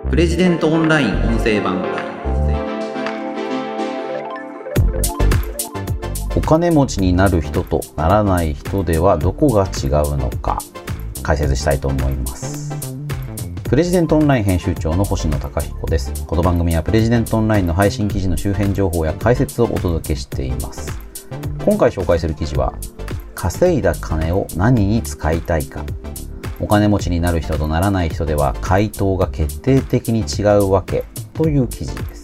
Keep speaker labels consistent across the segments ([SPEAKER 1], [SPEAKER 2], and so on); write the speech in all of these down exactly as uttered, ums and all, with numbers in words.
[SPEAKER 1] プレジデントオンライン音声版。
[SPEAKER 2] お金持ちになる人とならない人ではどこが違うのか解説したいと思います。プレジデントオンライン編集長の星野貴彦です。この番組はプレジデントオンラインの配信記事の周辺情報や解説をお届けしています。今回紹介する記事は、稼いだ金を何に使いたいか。お金持ちになる人とならない人では回答が決定的に違うわけという記事です。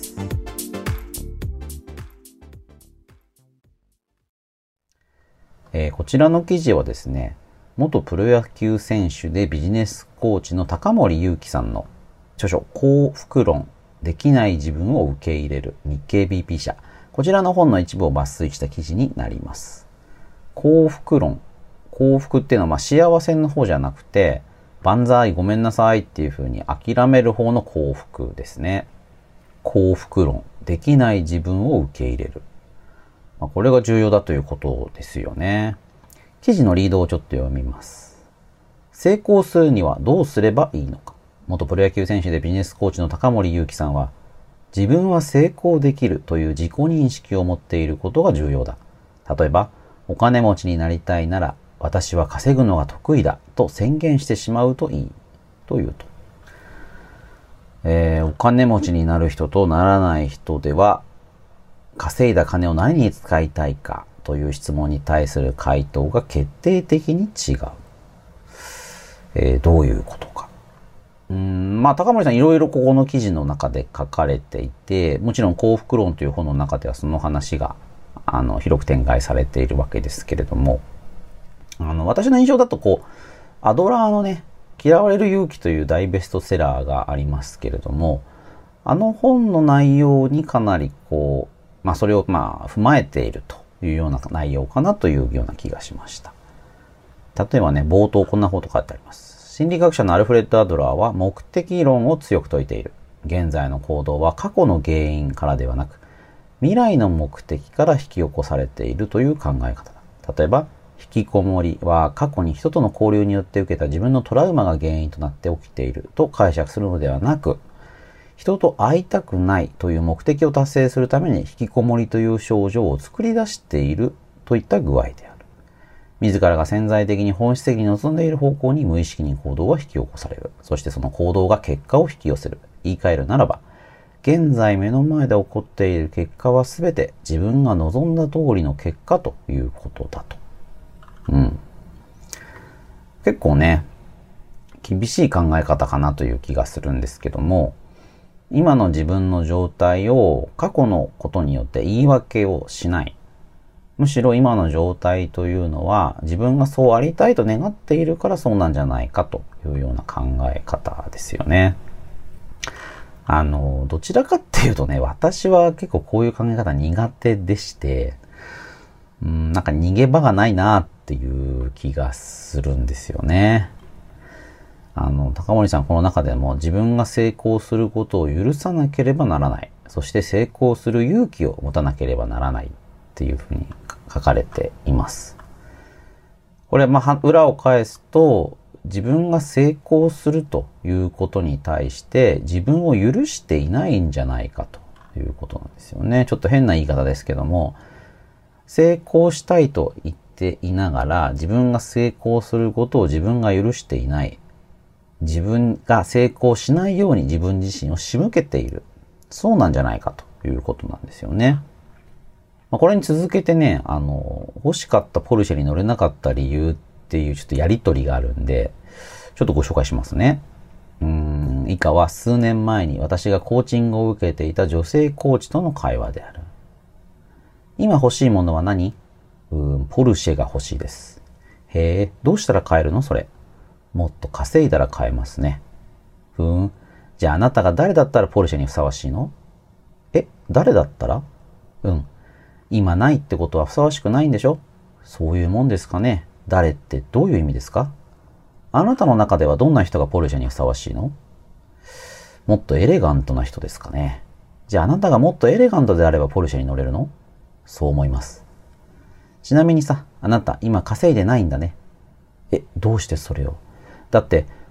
[SPEAKER 2] えー、こちらの記事はですね、元プロ野球選手でビジネスコーチの高森勇気さんの著書幸福論、できない自分を受け入れる、日経 ビーピー 社、こちらの本の一部を抜粋した記事になります。幸福論、幸福っていうのはまあ幸せの方じゃなくて、万歳ごめんなさいっていう風に諦める方の幸福ですね。幸福論、できない自分を受け入れる。まあ、これが重要だということですよね。記事のリードをちょっと読みます。成功するにはどうすればいいのか。元プロ野球選手でビジネスコーチの高森勇気さんは、自分は成功できるという自己認識を持っていることが重要だ。例えば、お金持ちになりたいなら、私は稼ぐのが得意だと宣言してしまうといいというと、えー、お金持ちになる人とならない人では稼いだ金を何に使いたいかという質問に対する回答が決定的に違う、えー、どういうことか。うーんまあ高森さんいろいろここの記事の中で書かれていて、もちろん幸福論という本の中ではその話があの広く展開されているわけですけれども、あの、私の印象だとこう、アドラーのね、嫌われる勇気という大ベストセラーがありますけれども、あの本の内容にかなりこう、まあそれをまあ踏まえているというような内容かなというような気がしました。例えばね、冒頭こんなこと書いてあります。心理学者のアルフレッド・アドラーは目的論を強く説いている。現在の行動は過去の原因からではなく、未来の目的から引き起こされているという考え方だ。例えば、引きこもりは過去に人との交流によって受けた自分のトラウマが原因となって起きていると解釈するのではなく、人と会いたくないという目的を達成するために引きこもりという症状を作り出しているといった具合である。自らが潜在的に本質的に望んでいる方向に無意識に行動が引き起こされる。そしてその行動が結果を引き寄せる。言い換えるならば、現在目の前で起こっている結果はすべて自分が望んだ通りの結果ということだと。うん、結構ね、厳しい考え方かなという気がするんですけども、今の自分の状態を過去のことによって言い訳をしない。むしろ今の状態というのは自分がそうありたいと願っているからそうなんじゃないかというような考え方ですよね。あの、どちらかっていうとね、私は結構こういう考え方苦手でして、うん、なんか逃げ場がないなっていう気がするんですよね。あの、高森さんこの中でも自分が成功することを許さなければならない。そして成功する勇気を持たなければならないっていうふうに書かれています。これ、まあ、裏を返すと、自分が成功するということに対して自分を許していないんじゃないかということなんですよね。ちょっと変な言い方ですけども、成功したいと言っていながら自分が成功することを自分が許していない。自分が成功しないように自分自身を仕向けている。そうなんじゃないかということなんですよね。まあ、これに続けてね、あの、欲しかったポルシェに乗れなかった理由っていうちょっとやりとりがあるんで、ちょっとご紹介しますね。うーん、以下は数年前に私がコーチングを受けていた女性コーチとの会話である。今欲しいものは何？うーん、ポルシェが欲しいです。へえ、どうしたら買えるのそれ。もっと稼いだら買えますね。ふーん、じゃああなたが誰だったらポルシェにふさわしいの？え、誰だったら？うん、今ないってことはふさわしくないんでしょ？そういうもんですかね。誰ってどういう意味ですか？あなたの中ではどんな人がポルシェにふさわしいの？もっとエレガントな人ですかね。じゃああなたがもっとエレガントであればポルシェに乗れるの？そう思います。ちなみにさ、あなた今稼いでないんだね。え、どうしてそれを？だって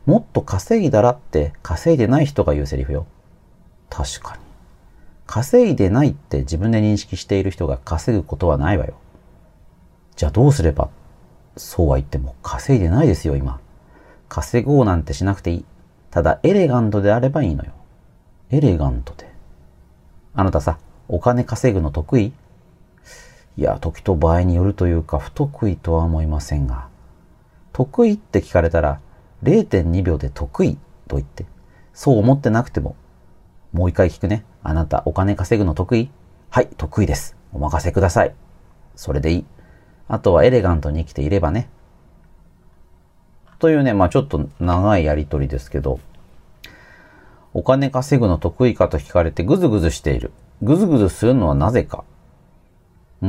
[SPEAKER 2] もっと稼いだらって稼いでない人が言うセリフよ。確かに。稼いでないって自分で認識している人が稼ぐことはないわよ。じゃあどうすれば？そうは言っても稼いでないですよ、今。稼ごうなんてしなくていい。ただエレガントであればいいのよ。エレガントで。あなたさ、お金稼ぐの得意？いや、時と場合によるというか不得意とは思いませんが。得意って聞かれたら れいてんにびょうで得意と言って、そう思ってなくても、もう一回聞くね。あなたお金稼ぐの得意？はい、得意です。お任せください。それでいい。あとはエレガントに生きていればね。というね、まあちょっと長いやりとりですけど、お金稼ぐの得意かと聞かれてぐずぐずしている。ぐずぐずするのはなぜか。うん。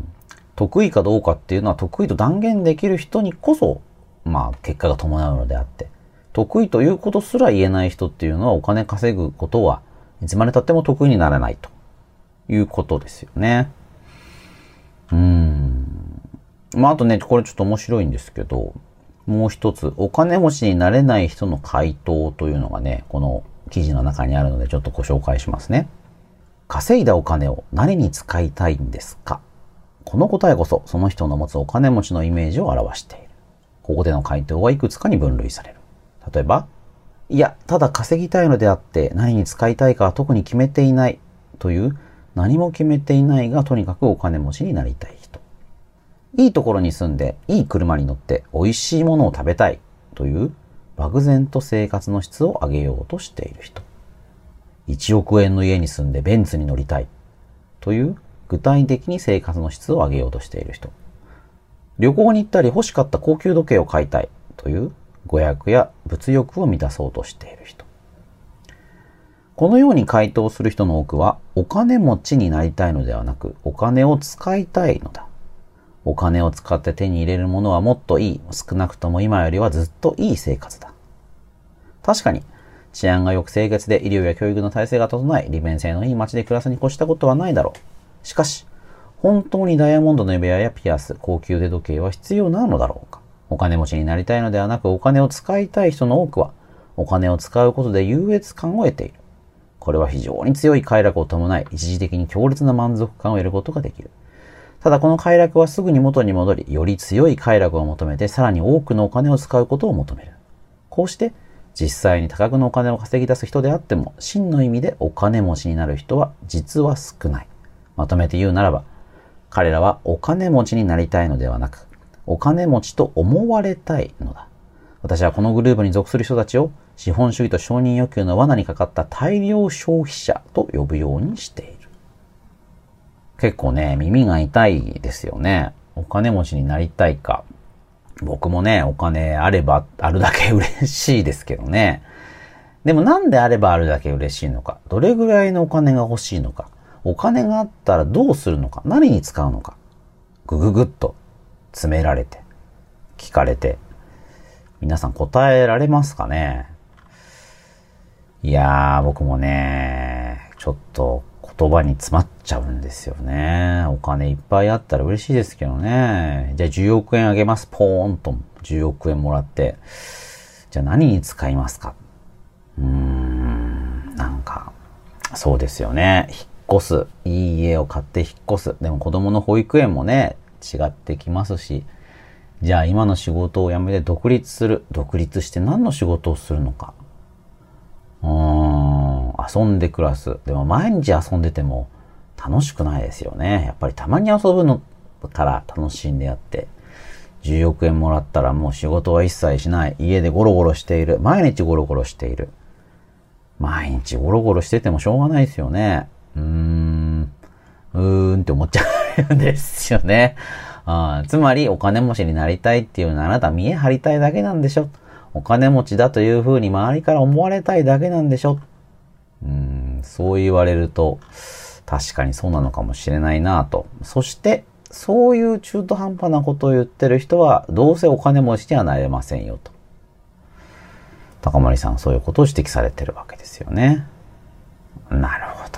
[SPEAKER 2] 得意かどうかっていうのは得意と断言できる人にこそ、まあ結果が伴うのであって、得意ということすら言えない人っていうのはお金稼ぐことはいつまで経っても得意にならないということですよね。うーん。まああとね、これちょっと面白いんですけど、もう一つ、お金持ちになれない人の回答というのがね、この記事の中にあるのでちょっとご紹介しますね。稼いだお金を何に使いたいんですか？この答えこそその人の持つお金持ちのイメージを表している。ここでの回答はいくつかに分類される。例えば、いや、ただ稼ぎたいのであって何に使いたいかは特に決めていないという何も決めていないがとにかくお金持ちになりたい人。いいところに住んでいい車に乗って美味しいものを食べたいという漠然と生活の質を上げようとしている人。いちおくえんの家に住んでベンツに乗りたいという具体的に生活の質を上げようとしている人。旅行に行ったり欲しかった高級時計を買いたいという娯楽や物欲を満たそうとしている人。このように回答する人の多くはお金持ちになりたいのではなくお金を使いたいのだ。お金を使って手に入れるものはもっといい、少なくとも今よりはずっといい生活だ。確かに治安が良く清潔で医療や教育の体制が整い利便性のいい街で暮らすに越したことはないだろう。しかし本当にダイヤモンドの指輪やピアス、高級腕時計は必要なのだろうか。お金持ちになりたいのではなくお金を使いたい人の多くはお金を使うことで優越感を得ている。これは非常に強い快楽を伴い一時的に強烈な満足感を得ることができる。ただこの快楽はすぐに元に戻り、より強い快楽を求めてさらに多くのお金を使うことを求める。こうして実際に多額のお金を稼ぎ出す人であっても真の意味でお金持ちになる人は実は少ない。まとめて言うならば、彼らはお金持ちになりたいのではなく、お金持ちと思われたいのだ。私はこのグループに属する人たちを資本主義と承認欲求の罠にかかった大量消費者と呼ぶようにしている。結構ね、耳が痛いですよね。お金持ちになりたいか。僕もね、お金あればあるだけ嬉しいですけどね。でもなんであればあるだけ嬉しいのか。どれぐらいのお金が欲しいのか。お金があったらどうするのか。何に使うのか。ぐぐぐっと詰められて、聞かれて、皆さん答えられますかね。いやー、僕もね、ちょっと言葉に詰まっちゃうんですよね。お金いっぱいあったら嬉しいですけどね。じゃあじゅうおくえんあげます。ポーンとじゅうおくえんもらって。じゃあ何に使いますか。うーん、なんか、そうですよね。引っ越す。いい家を買って引っ越す。でも子供の保育園もね、違ってきますし。じゃあ今の仕事を辞めて独立する。独立して何の仕事をするのか。うーん、遊んで暮らす。でも毎日遊んでても楽しくないですよね。やっぱりたまに遊ぶのから楽しんでやって。じゅうおくえんもらったらもう仕事は一切しない。家でゴロゴロしている。毎日ゴロゴロしている。毎日ゴロゴロしててもしょうがないですよね。うーん、うーんって思っちゃうんですよね。あつまりお金持ちになりたいっていうのはあなた見え張りたいだけなんでしょ。お金持ちだというふうに周りから思われたいだけなんでしょ。うーん、そう言われると確かにそうなのかもしれないなと。そしてそういう中途半端なことを言ってる人はどうせお金持ちにはなれませんよと。高森さんそういうことを指摘されてるわけですよね。なるほど。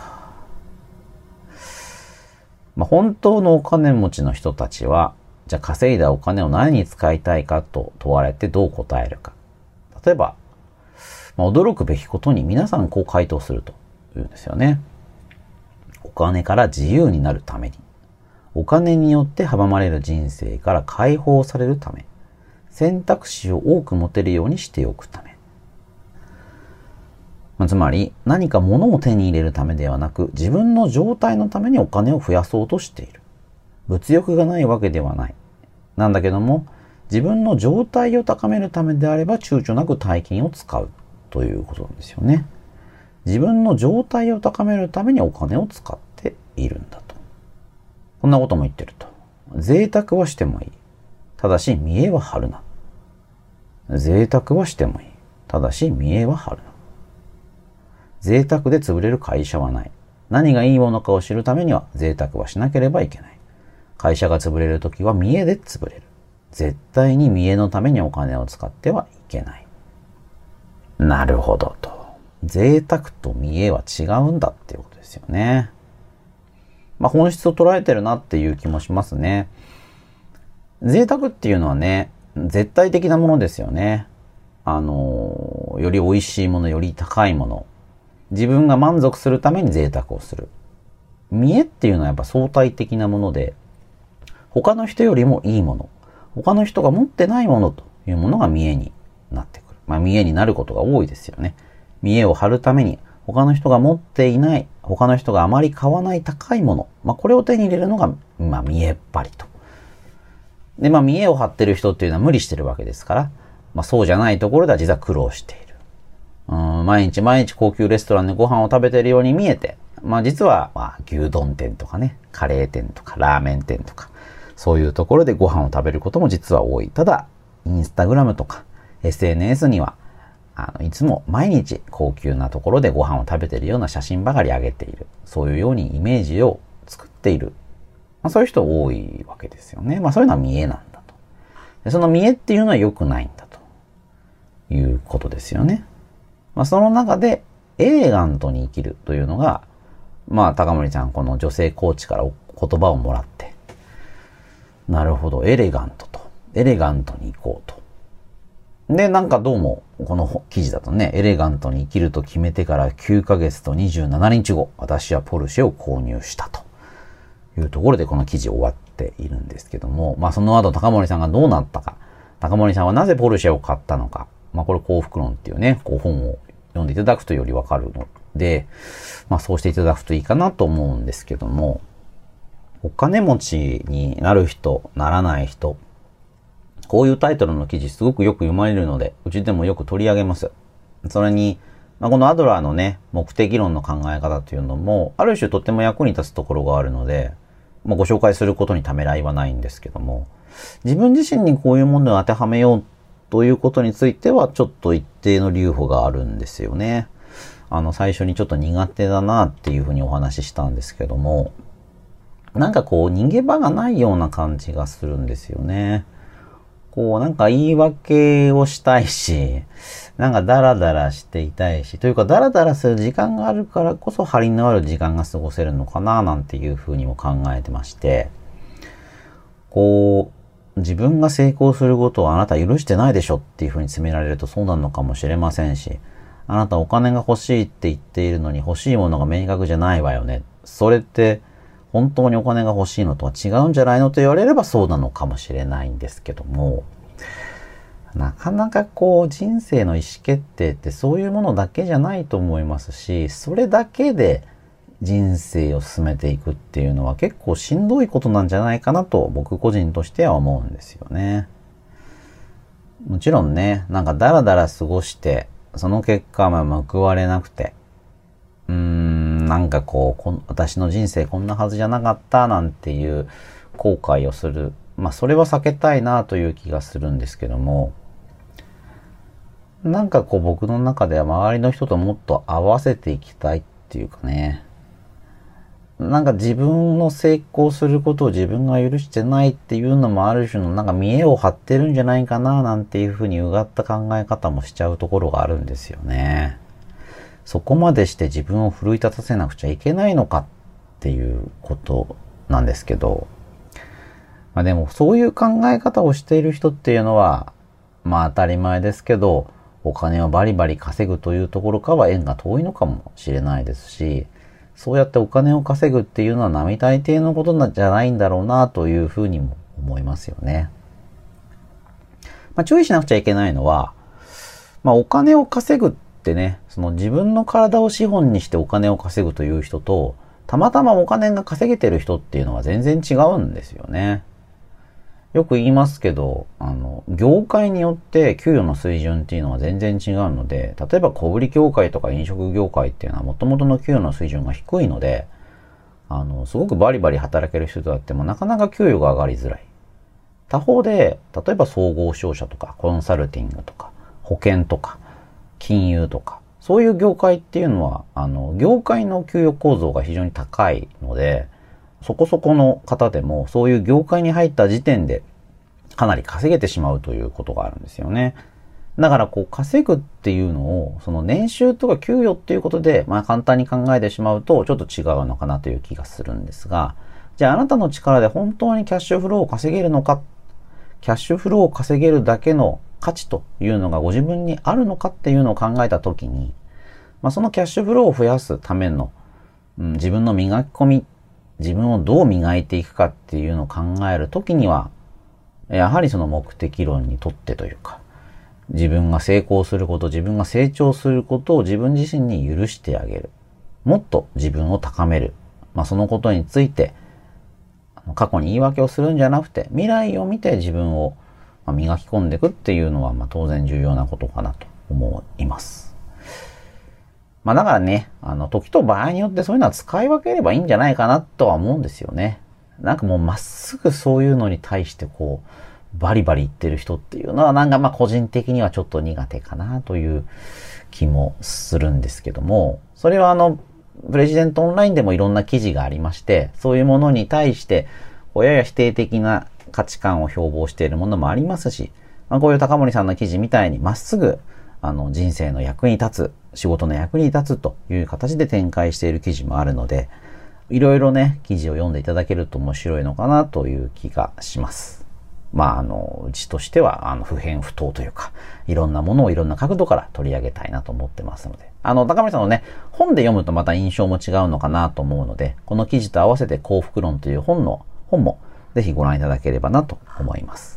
[SPEAKER 2] まあ、本当のお金持ちの人たちは、じゃあ稼いだお金を何に使いたいかと問われてどう答えるか。例えば、 まあ、驚くべきことに皆さんこう回答するというんですよね。お金から自由になるために、お金によって阻まれる人生から解放されるため、選択肢を多く持てるようにしておくため。まあ、つまり何か物を手に入れるためではなく、自分の状態のためにお金を増やそうとしている。物欲がないわけではない。なんだけども、自分の状態を高めるためであれば躊躇なく大金を使うということなんですよね。自分の状態を高めるためにお金を使っているんだと。こんなことも言ってると。贅沢はしてもいい。ただし見栄は張るな。贅沢はしてもいい。ただし見栄は張るな。贅沢で潰れる会社はない。何がいいものかを知るためには贅沢はしなければいけない。会社が潰れるときは見栄で潰れる。絶対に見栄のためにお金を使ってはいけない。なるほどと。贅沢と見栄は違うんだっていうことですよね。まあ本質を捉えてるなっていう気もしますね。贅沢っていうのはね、絶対的なものですよね。あの、より美味しいもの、より高いもの。自分が満足するために贅沢をする。見栄っていうのはやっぱ相対的なもので、他の人よりもいいもの、他の人が持ってないものというものが見栄になってくる。まあ見栄になることが多いですよね。見栄を張るために他の人が持っていない、他の人があまり買わない高いもの、まあこれを手に入れるのが、まあ見栄っ張りと。で、まあ見栄を張ってる人っていうのは無理してるわけですから、まあそうじゃないところでは実は苦労している。うん毎日毎日高級レストランでご飯を食べているように見えて、まあ実は、まあ牛丼店とかね、カレー店とかラーメン店とか、そういうところでご飯を食べることも実は多い。ただ、インスタグラムとか エスエヌエス には、あの、いつも毎日高級なところでご飯を食べているような写真ばかり上げている。そういうようにイメージを作っている。まあそういう人多いわけですよね。まあそういうのは見栄なんだと。でその見栄っていうのは良くないんだということですよね。まあその中でエレガントに生きるというのが、まあ高森ちゃんこの女性コーチから言葉をもらって、なるほど、エレガントと。エレガントに行こうと。で、なんかどうも、この記事だとね、エレガントに生きると決めてからきゅうかげつとにじゅうしちにちご、私はポルシェを購入したというところでこの記事終わっているんですけども、まあその後高森さんがどうなったか、高森さんはなぜポルシェを買ったのか、まあこれ幸福論っていうね、こう本を読んでいただくとよりわかるので、まあそうしていただくといいかなと思うんですけども、お金持ちになる人、ならない人、こういうタイトルの記事すごくよく読まれるので、うちでもよく取り上げます。それに、まあ、このアドラーのね、目的論の考え方というのも、ある種とっても役に立つところがあるので、まあ、ご紹介することにためらいはないんですけども、自分自身にこういうものを当てはめようということについては、ちょっと一定の留保があるんですよね。あの、最初にちょっと苦手だなっていうふうにお話ししたんですけども、なんかこう逃げ場がないような感じがするんですよね。こうなんか言い訳をしたいし、なんかダラダラしていたいし、というかダラダラする時間があるからこそ張りのある時間が過ごせるのかななんていうふうにも考えてまして、こう自分が成功することをあなた許してないでしょっていうふうに責められるとそうなのかもしれませんし、あなたお金が欲しいって言っているのに欲しいものが明確じゃないわよね。それって本当にお金が欲しいのとは違うんじゃないのと言われればそうなのかもしれないんですけども、なかなかこう人生の意思決定ってそういうものだけじゃないと思いますし、それだけで人生を進めていくっていうのは結構しんどいことなんじゃないかなと僕個人としては思うんですよね。もちろんね、なんかダラダラ過ごしてその結果まあ報われなくて、うーんなんかこうこ私の人生こんなはずじゃなかったなんていう後悔をする、まあそれは避けたいなという気がするんですけども、なんかこう僕の中では周りの人ともっと合わせていきたいっていうかね、なんか自分の成功することを自分が許してないっていうのもある種のなんか見栄を張ってるんじゃないかななんていうふうにうがった考え方もしちゃうところがあるんですよね。そこまでして自分を奮い立たせなくちゃいけないのかっていうことなんですけど、まあでもそういう考え方をしている人っていうのは、まあ当たり前ですけど、 お金をバリバリ稼ぐというところからは縁が遠いのかもしれないですし、そうやってお金を稼ぐっていうのは並大抵のことなんじゃないんだろうなというふうにも思いますよね。まあ、注意しなくちゃいけないのは、まあ、お金を稼ぐってね、その自分の体を資本にしてお金を稼ぐという人と、たまたまお金が稼げてる人っていうのは全然違うんですよね。よく言いますけど、あの、業界によって給与の水準っていうのは全然違うので、例えば小売業界とか飲食業界っていうのは元々の給与の水準が低いので、あの、すごくバリバリ働ける人だってもなかなか給与が上がりづらい。他方で、例えば総合商社とかコンサルティングとか保険とか金融とか、そういう業界っていうのは、あの、業界の給与構造が非常に高いので、そこそこの方でもそういう業界に入った時点でかなり稼げてしまうということがあるんですよね。だからこう稼ぐっていうのをその年収とか給与っていうことでまあ簡単に考えてしまうとちょっと違うのかなという気がするんですが、じゃああなたの力で本当にキャッシュフローを稼げるのか、キャッシュフローを稼げるだけの価値というのがご自分にあるのかっていうのを考えたときに、まあ、そのキャッシュフローを増やすための、うん、自分の磨き込み、自分をどう磨いていくかっていうのを考えるときには、やはりその目的論にとってというか、自分が成功すること、自分が成長することを自分自身に許してあげる。もっと自分を高める。まあそのことについて、過去に言い訳をするんじゃなくて、未来を見て自分を磨き込んでいくっていうのは、まあ当然重要なことかなと思います。まあだからね、あの、時と場合によってそういうのは使い分ければいいんじゃないかなとは思うんですよね。なんかもうまっすぐそういうのに対してこう、バリバリ言ってる人っていうのはなんかまあ個人的にはちょっと苦手かなという気もするんですけども、それはあの、プレジデントオンラインでもいろんな記事がありまして、そういうものに対してやや否定的な価値観を標榜しているものもありますし、まあ、こういう高森さんの記事みたいにまっすぐあの人生の役に立つ、仕事の役に立つという形で展開している記事もあるので、いろいろね、記事を読んでいただけると面白いのかなという気がします。まあ、あの、うちとしては、あの、不偏不当というか、いろんなものをいろんな角度から取り上げたいなと思ってますので、あの、高森さんのね、本で読むとまた印象も違うのかなと思うので、この記事と合わせて幸福論という本の、本もぜひご覧いただければなと思います。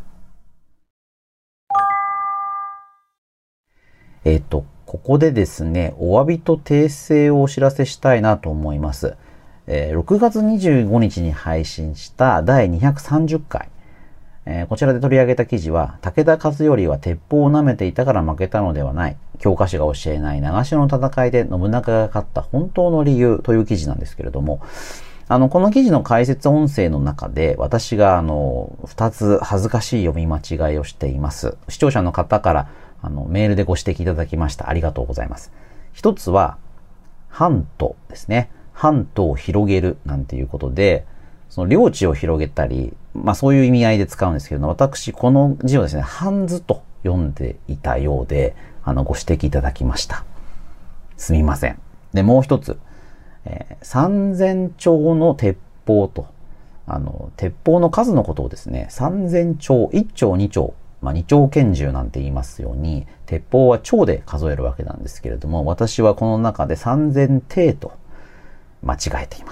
[SPEAKER 2] えっと、ここでですね、お詫びと訂正をお知らせしたいなと思います。えー、ろくがつにじゅうごにちに配信しただいにひゃくさんじゅっかい。えー、こちらで取り上げた記事は、武田勝頼は鉄砲を舐めていたから負けたのではない。教科書が教えない長篠の戦いで信長が勝った本当の理由という記事なんですけれども、あの、この記事の解説音声の中で、私があの、二つ恥ずかしい読み間違いをしています。視聴者の方から、あの、メールでご指摘いただきました。ありがとうございます。一つは、半島ですね。半島を広げるなんていうことで、その領地を広げたり、まあそういう意味合いで使うんですけれども、私、この字をですね、半図と読んでいたようで、あの、ご指摘いただきました。すみません。で、もう一つ、えー、三千丁の鉄砲と、あの、鉄砲の数のことをですね、三千丁、一丁二丁、まあ二丁拳銃なんて言いますように、鉄砲は丁で数えるわけなんですけれども、私はこの中で三千艇と間違えています。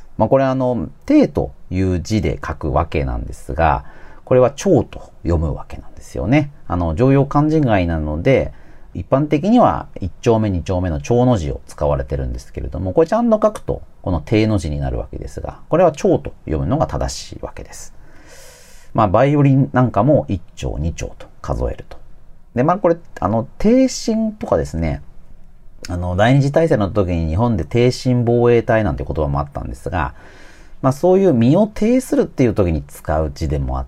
[SPEAKER 2] まあこれあの、艇という字で書くわけなんですが、これは丁と読むわけなんですよね。あの、常用漢字外なので、一般的には一丁目二丁目の丁の字を使われてるんですけれども、これちゃんと書くとこの艇の字になるわけですが、これは丁と読むのが正しいわけです。まあバイオリンなんかも一丁二丁と数えると。で、まあこれ、あの、艇進とかですね、あの、第二次大戦の時に日本で艇進防衛隊なんて言葉もあったんですが、まあそういう身を挺するっていう時に使う字でもあって、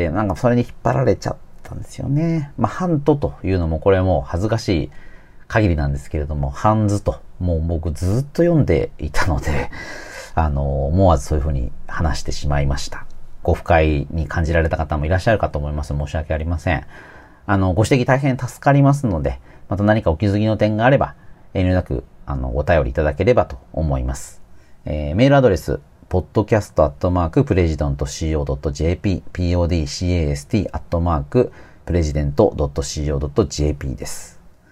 [SPEAKER 2] なんかそれに引っ張られちゃったんですよね。まあ、半とというのもこれも恥ずかしい限りなんですけれども、半図と、もう僕ずっと読んでいたので、あの、思わずそういうふうに話してしまいました。ご不快に感じられた方もいらっしゃるかと思います。申し訳ありません。あの、ご指摘大変助かりますので、また何かお気づきの点があれば、遠慮なく、あの、お便りいただければと思います。えー、メールアドレス、ポッドキャストアットマークプレジデント シーオードットジェーピー ピーオーディーキャスト アットマークプレジデント ドット シーオー ドット ジェーピー です。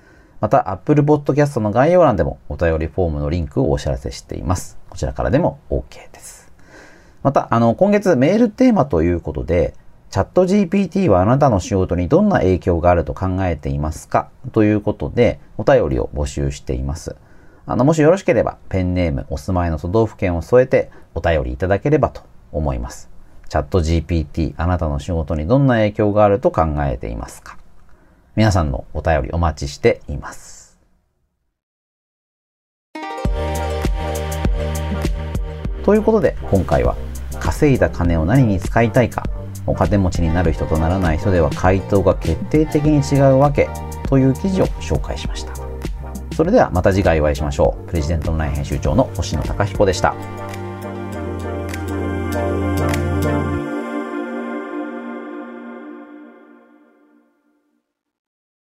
[SPEAKER 2] また Apple Podcast の概要欄でもお便りフォームのリンクをお知らせしています。こちらからでも OK です。また、あの、今月メールテーマということで、チャット ジーピーティー はあなたの仕事にどんな影響があると考えていますかということで、お便りを募集しています。あの、もしよろしければ、ペンネーム、お住まいの都道府県を添えてお便りいただければと思います。チャット ジーピーティー、あなたの仕事にどんな影響があると考えていますか？皆さんのお便りお待ちしています。ということで、今回は、稼いだ金を何に使いたいか、お金持ちになる人とならない人では回答が決定的に違うわけという記事を紹介しました。それではまた次回お会いしましょう。プレジデントオンライン編集長の星野貴彦でした。